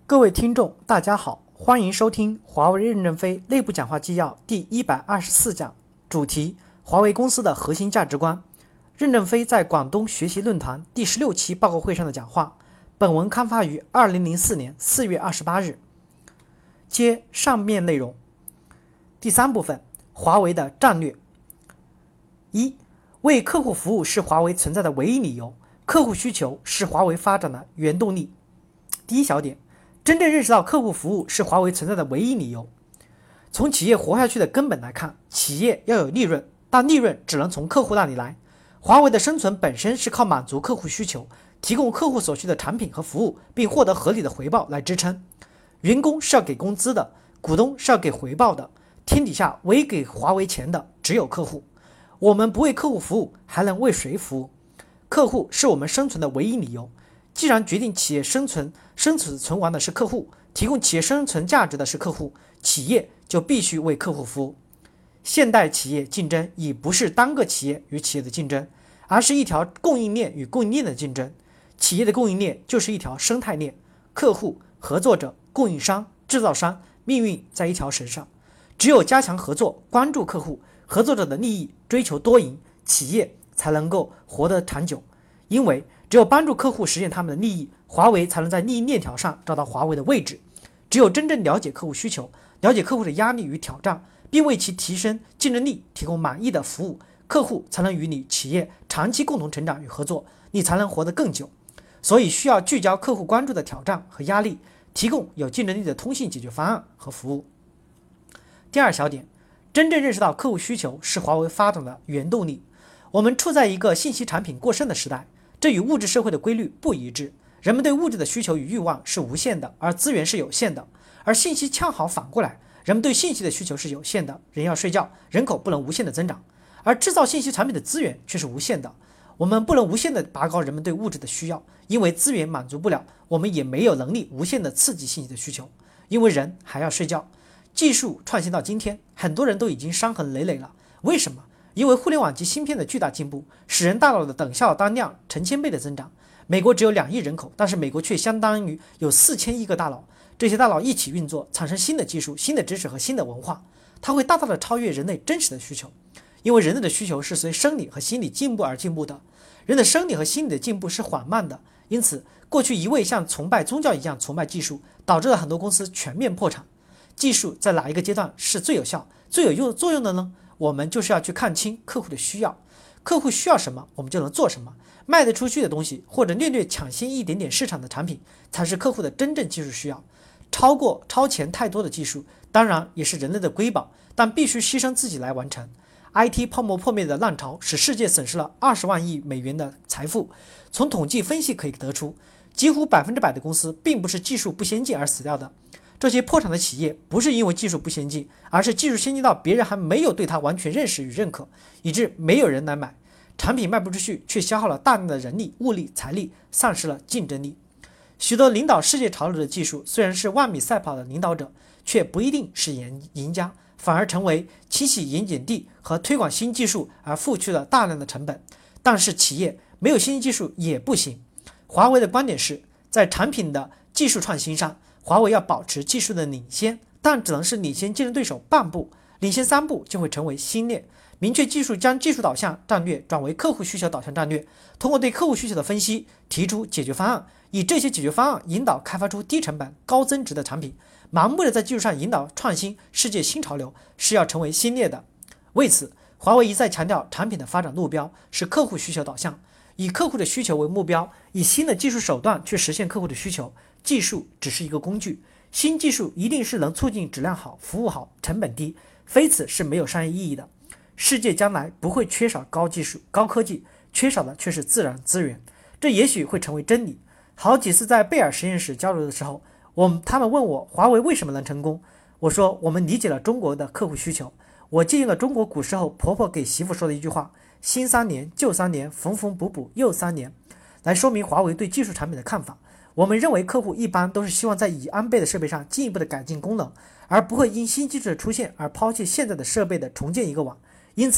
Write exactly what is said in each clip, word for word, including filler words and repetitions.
各位听众，大家好，欢迎收听华为任正非内部讲话纪要第一百二十四讲，主题：华为公司的核心价值观。任正非在广东学习论坛第十六期报告会上的讲话。本文刊发于二零零四年四月二十八日。接上面内容。第三部分，华为的战略。一、为客户服务是华为存在的唯一理由，客户需求是华为发展的原动力。第一小点，真正认识到客户服务是华为存在的唯一理由。从企业活下去的根本来看，企业要有利润，但利润只能从客户那里来。华为的生存本身是靠满足客户需求，提供客户所需的产品和服务，并获得合理的回报来支撑。员工是要给工资的，股东是要给回报的，天底下唯给华为钱的只有客户。我们不为客户服务，还能为谁服务？客户是我们生存的唯一理由。既然决定企业生存、生存存亡的是客户，提供企业生存价值的是客户，企业就必须为客户服务。现代企业竞争已不是单个企业与企业的竞争，而是一条供应链与供应链的竞争。企业的供应链就是一条生态链，客户、合作者、供应商、制造商命运在一条绳上。只有加强合作，关注客户、合作者的利益，追求多赢，企业才能够活得长久。因为只有帮助客户实现他们的利益，华为才能在利益链条上找到华为的位置。只有真正了解客户需求，了解客户的压力与挑战，并为其提升竞争力提供满意的服务，客户才能与你企业长期共同成长与合作，你才能活得更久。所以需要聚焦客户关注的挑战和压力，提供有竞争力的通信解决方案和服务。第二小点，真正认识到客户需求是华为发展的原动力。我们处在一个信息产品过剩的时代，这与物质社会的规律不一致。人们对物质的需求与欲望是无限的，而资源是有限的。而信息恰好反过来，人们对信息的需求是有限的，人要睡觉，人口不能无限的增长。而制造信息产品的资源却是无限的，我们不能无限的拔高人们对物质的需要，因为资源满足不了，我们也没有能力无限的刺激信息的需求，因为人还要睡觉。技术创新到今天，很多人都已经伤痕累累了，为什么？因为互联网及芯片的巨大进步，使人大脑的等效单量成千倍的增长。美国只有两亿人口，但是美国却相当于有四千亿个大脑，这些大脑一起运作，产生新的技术、新的知识和新的文化，它会大大的超越人类真实的需求。因为人类的需求是随生理和心理进步而进步的，人的生理和心理的进步是缓慢的，因此过去一味像崇拜宗教一样崇拜技术，导致了很多公司全面破产。技术在哪一个阶段是最有效、最有用作用的呢？我们就是要去看清客户的需要，客户需要什么，我们就能做什么。卖得出去的东西，或者略略抢先一点点市场的产品，才是客户的真正技术需要。超过超前太多的技术，当然也是人类的瑰宝，但必须牺牲自己来完成。I T 泡沫破灭的浪潮使世界损失了二十万亿美元的财富。从统计分析可以得出，几乎百分之百的公司并不是技术不先进而死掉的。这些破产的企业不是因为技术不先进，而是技术先进到别人还没有对它完全认识与认可，以致没有人来买，产品卖不出去，却消耗了大量的人力、物力、财力，丧失了竞争力。许多领导世界潮流的技术虽然是万米赛跑的领导者，却不一定是赢赢家，反而成为清洗盐碱地和推广新技术而付出了大量的成本。但是企业没有新技术也不行。华为的观点是，在产品的技术创新上，华为要保持技术的领先，但只能是领先竞争对手半步，领先三步就会成为新劣。明确技术将技术导向战略转为客户需求导向战略，通过对客户需求的分析，提出解决方案，以这些解决方案引导开发出低成本、高增值的产品。盲目的在技术上引导创新世界新潮流，是要成为新劣的。为此，华为一再强调产品的发展目标是客户需求导向，以客户的需求为目标，以新的技术手段去实现客户的需求。技术只是一个工具，新技术一定是能促进质量好、服务好、成本低，非此是没有商业意义的。世界将来不会缺少高技术、高科技，缺少的却是自然资源，这也许会成为真理。好几次在贝尔实验室交流的时候，我们他们问我华为为什么能成功，我说我们理解了中国的客户需求。我借用了中国古时候婆婆给媳妇说的一句话：新三年、旧三年，缝缝补补又三年，来说明华为对技术产品的看法。我们认为客户一般都是希望在已安备的设备上进一步的改进功能，而不会因新技术的出现而抛弃现在的设备的重建一个网。因此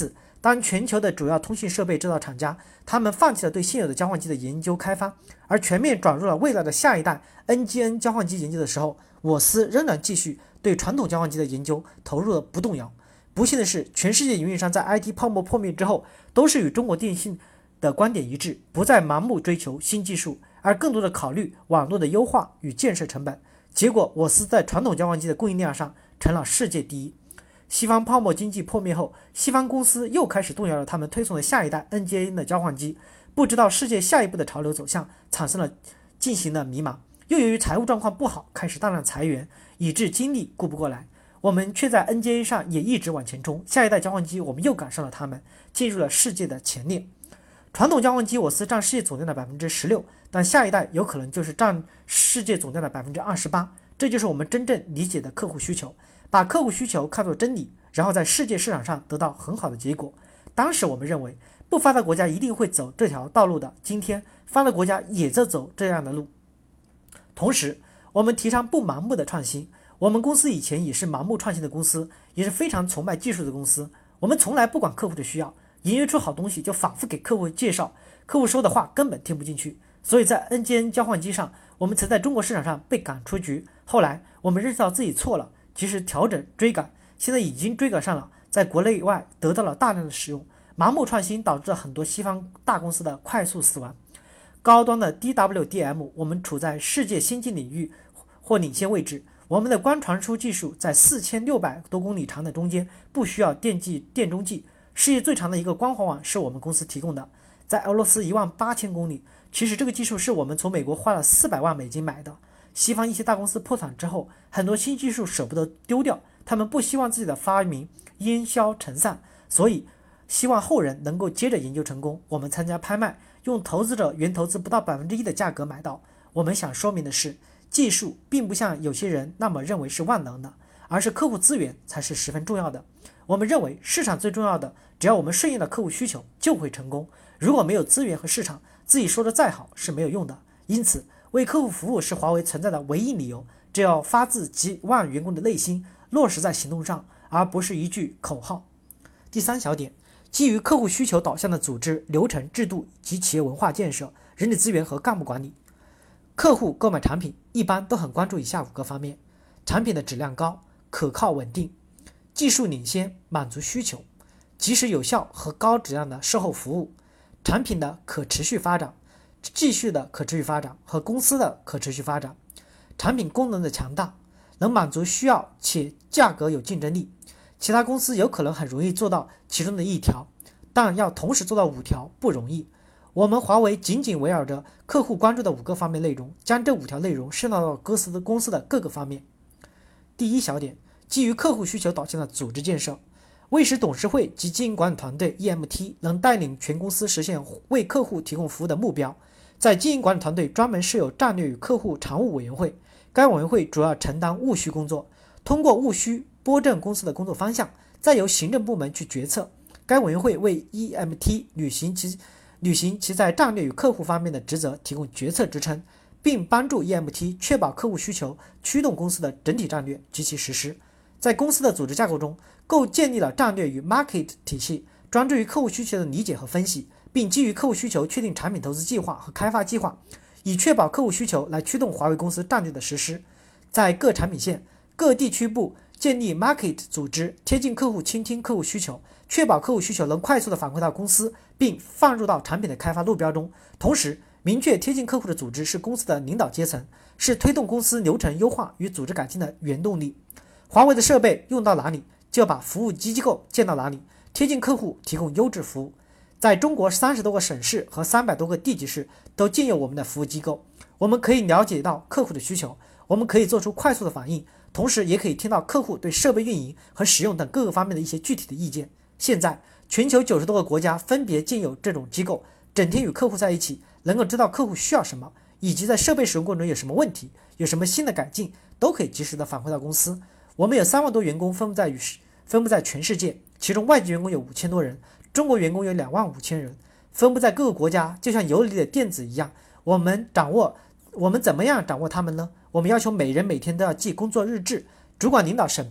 当全球的主要通信设备制造厂家，他们放弃了对现有的交换机的研究开发，而全面转入了未来的下一代 N G N 交换机研究的时候，我司仍然继续对传统交换机的研究投入了不动摇。不幸的是，全世界运营商在 I T 泡沫破灭之后，都是与中国电信的观点一致，不再盲目追求新技术，而更多的考虑网络的优化与建设成本。结果，我司在传统交换机的供应量上成了世界第一。西方泡沫经济破灭后，西方公司又开始动摇了他们推送的下一代 N G N 的交换机，不知道世界下一步的潮流走向，产生了进行了迷茫。又由于财务状况不好，开始大量裁员，以致精力顾不过来。我们却在 N G N 上也一直往前冲，下一代交换机我们又赶上了他们，进入了世界的前列。传统交换机我司占世界总量的 百分之十六， 但下一代有可能就是占世界总量的 百分之二十八。 这就是我们真正理解的客户需求，把客户需求看作真理，然后在世界市场上得到很好的结果。当时我们认为不发达国家一定会走这条道路的，今天发达国家也在走这样的路。同时我们提倡不盲目的创新，我们公司以前也是盲目创新的公司，也是非常崇拜技术的公司。我们从来不管客户的需要，研究出好东西就反复给客户介绍，客户说的话根本听不进去。所以在 N G N 交换机上，我们曾在中国市场上被赶出局。后来我们认识到自己错了，及时调整追赶，现在已经追赶上了，在国内外得到了大量的使用。盲目创新导致了很多西方大公司的快速死亡。高端的 D W D M， 我们处在世界先进领域或领先位置。我们的光传输技术在四千六百多公里长的中间不需要电计电中继，世界最长的一个光环网是我们公司提供的，在俄罗斯一万八千公里。其实这个技术是我们从美国花了四百万美金买的。西方一些大公司破产之后，很多新技术舍不得丢掉，他们不希望自己的发明烟消尘散，所以希望后人能够接着研究成功。我们参加拍卖，用投资者原投资不到百分之一的价格买到。我们想说明的是，技术并不像有些人那么认为是万能的，而是客户资源才是十分重要的。我们认为市场最重要的，只要我们顺应了客户需求就会成功。如果没有资源和市场，自己说的再好是没有用的。因此为客户服务是华为存在的唯一理由，只要发自几万员工的内心，落实在行动上，而不是一句口号。第三小点，基于客户需求导向的组织、流程、制度及企业文化建设、人力资源和干部管理。客户购买产品一般都很关注以下五个方面：产品的质量高、可靠稳定，技术领先，满足需求，及时有效和高质量的售后服务，产品的可持续发展，继续的可持续发展和公司的可持续发展，产品功能的强大，能满足需要且价格有竞争力。其他公司有可能很容易做到其中的一条，但要同时做到五条不容易。我们华为紧紧围绕着客户关注的五个方面内容，将这五条内容渗透到公司的公司的各个方面。第一小点，基于客户需求导向的组织建设。为使董事会及经营管理团队 E M T 能带领全公司实现为客户提供服务的目标，在经营管理团队专门设有战略与客户常务委员会，该委员会主要承担务虚工作，通过务虚拨正公司的工作方向，再由行政部门去决策。该委员会为 E M T 履行其履行其在战略与客户方面的职责提供决策支撑，并帮助 E M T 确保客户需求驱动公司的整体战略及其实施。在公司的组织架构中，构建立了战略与 market 体系，专注于客户需求的理解和分析，并基于客户需求确定产品投资计划和开发计划，以确保客户需求来驱动华为公司战略的实施。在各产品线、各地区部建立 market 组织，贴近客户，倾听客户需求，确保客户需求能快速地反馈到公司，并放入到产品的开发路标中。同时，明确贴近客户的组织是公司的领导阶层，是推动公司流程优化与组织改进的原动力。华为的设备用到哪里，就要把服务机构建到哪里，贴近客户，提供优质服务。在中国三十多个省市和三百多个地级市都建有我们的服务机构，我们可以了解到客户的需求，我们可以做出快速的反应，同时也可以听到客户对设备运营和使用等各个方面的一些具体的意见。现在全球九十多个国家分别建有这种机构，整天与客户在一起，能够知道客户需要什么，以及在设备使用过程中有什么问题，有什么新的改进，都可以及时的反馈到公司。我们有三万多员工分布在与分布在全世界，其中外籍员工有五千多人，中国员工有两万五千人，分布在各个国家，就像油里的电子一样。我们掌握，我们怎么样掌握他们呢？我们要求每人每天都要记工作日志，主管领导审批，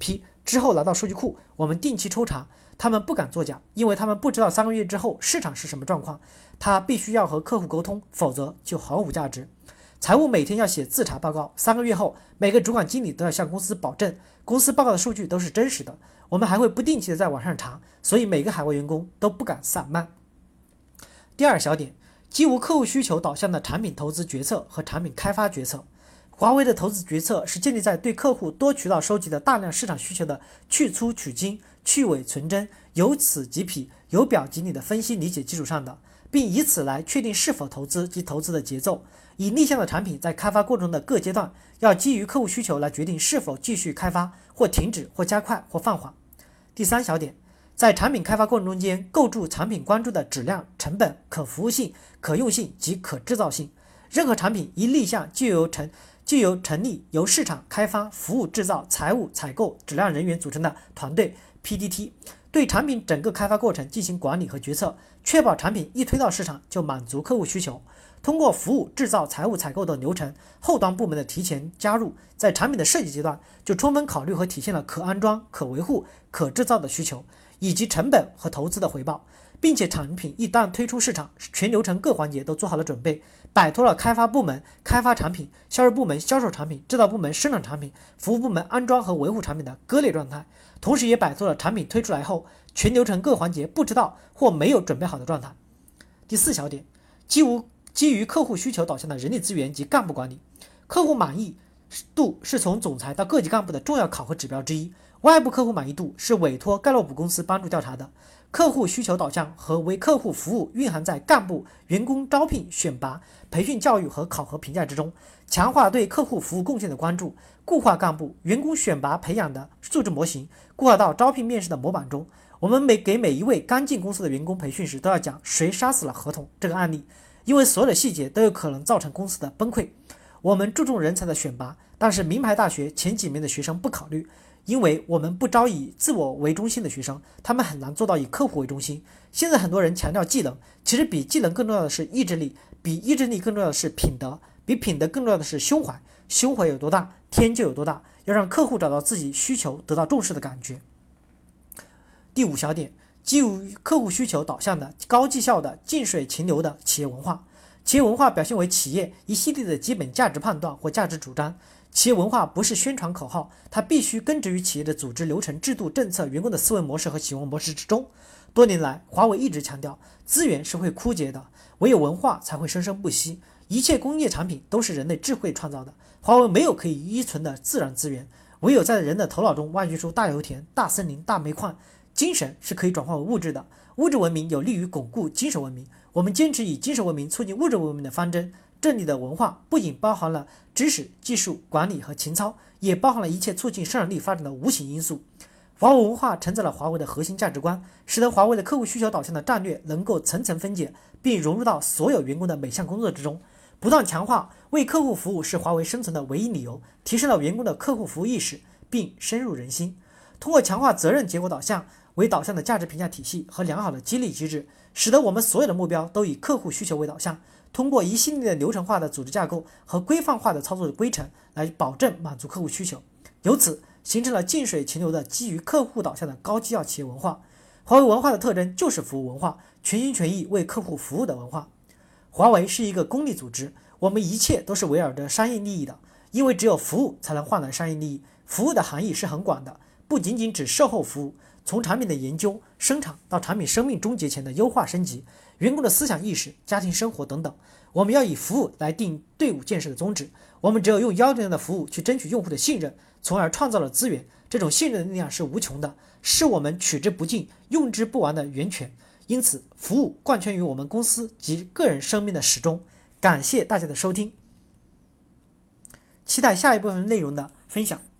之后拿到数据库，我们定期抽查，他们不敢作假，因为他们不知道三个月之后市场是什么状况，他必须要和客户沟通，否则就毫无价值。财务每天要写自查报告，三个月后每个主管经理都要向公司保证公司报告的数据都是真实的。我们还会不定期的在网上查，所以每个海外员工都不敢散漫。第二小点，基于客户需求导向的产品投资决策和产品开发决策。华为的投资决策是建立在对客户多渠道收集的大量市场需求的去粗取精、去伪存真、由此及彼、由表及里的分析理解基础上的，并以此来确定是否投资及投资的节奏。以立项的产品在开发过程中的各阶段，要基于客户需求来决定是否继续开发，或停止，或加快，或放缓。第三小点，在产品开发过程中间构筑产品关注的质量、成本、可服务性、可用性及可制造性。任何产品一立项就由成就由成立由市场、开发、服务、制造、财务、采购、质量人员组成的团队 P D T， 对产品整个开发过程进行管理和决策，确保产品一推到市场就满足客户需求。通过服务、制造、财务、采购等流程，后端部门的提前加入，在产品的设计阶段就充分考虑和体现了可安装、可维护、可制造的需求，以及成本和投资的回报，并且产品一旦推出市场，全流程各环节都做好了准备，摆脱了开发部门开发产品、销售部门销售产品、制造部门生产产品、服务部门安装和维护产品的割裂状态，同时也摆脱了产品推出来后全流程各环节不知道或没有准备好的状态。第四小点，基于基于客户需求导向的人力资源及干部管理。客户满意度是从总裁到各级干部的重要考核指标之一。外部客户满意度是委托盖洛普公司帮助调查的。客户需求导向和为客户服务蕴含在干部、员工招聘、选拔、培训、教育和考核评价之中，强化对客户服务贡献的关注，固化干部、员工选拔培养的素质模型，固化到招聘面试的模板中。我们每给每一位刚进公司的员工培训时，都要讲谁杀死了合同这个案例，因为所有的细节都有可能造成公司的崩溃。我们注重人才的选拔，但是名牌大学前几名的学生不考虑，因为我们不招以自我为中心的学生，他们很难做到以客户为中心。现在很多人强调技能，其实比技能更重要的是意志力，比意志力更重要的是品德，比品德更重要的是胸怀。胸怀有多大，天就有多大，要让客户找到自己需求得到重视的感觉。第五小点，基于客户需求导向的高绩效的近水情流的企业文化。企业文化表现为企业一系列的基本价值判断或价值主张。企业文化不是宣传口号，它必须根植于企业的组织流程、制度、政策、员工的思维模式和行为模式之中。多年来，华为一直强调，资源是会枯竭的，唯有文化才会生生不息。一切工业产品都是人类智慧创造的，华为没有可以依存的自然资源，唯有在人的头脑中挖掘出大油田、大森林、大煤矿。精神是可以转化为物质的，物质文明有利于巩固精神文明。我们坚持以精神文明促进物质文明的方针。这里的文化不仅包含了知识、技术、管理和情操，也包含了一切促进生产力发展的无形因素。华为文化承载了华为的核心价值观，使得华为的客户需求导向的战略能够层层分解，并融入到所有员工的每项工作之中。不断强化为客户服务是华为生存的唯一理由，提升了员工的客户服务意识，并深入人心。通过强化责任结果导向为导向的价值评价体系和良好的激励机制，使得我们所有的目标都以客户需求为导向，通过一系列的流程化的组织架构和规范化的操作的规程来保证满足客户需求，由此形成了近水情流的基于客户导向的高绩效企业文化。华为文化的特征就是服务文化，全心全意为客户服务的文化。华为是一个公利组织，我们一切都是围绕着商业利益的，因为只有服务才能换来商业利益。服务的含义是很广的，不仅仅指售后服务，从产品的研究、生产到产品生命终结前的优化升级，员工的思想意识、家庭生活等等，我们要以服务来定队伍建设的宗旨。我们只有用优质的服务去争取用户的信任，从而创造了资源。这种信任的力量是无穷的，是我们取之不尽、用之不完的源泉。因此，服务贯穿于我们公司及个人生命的始终。感谢大家的收听，期待下一部分内容的分享。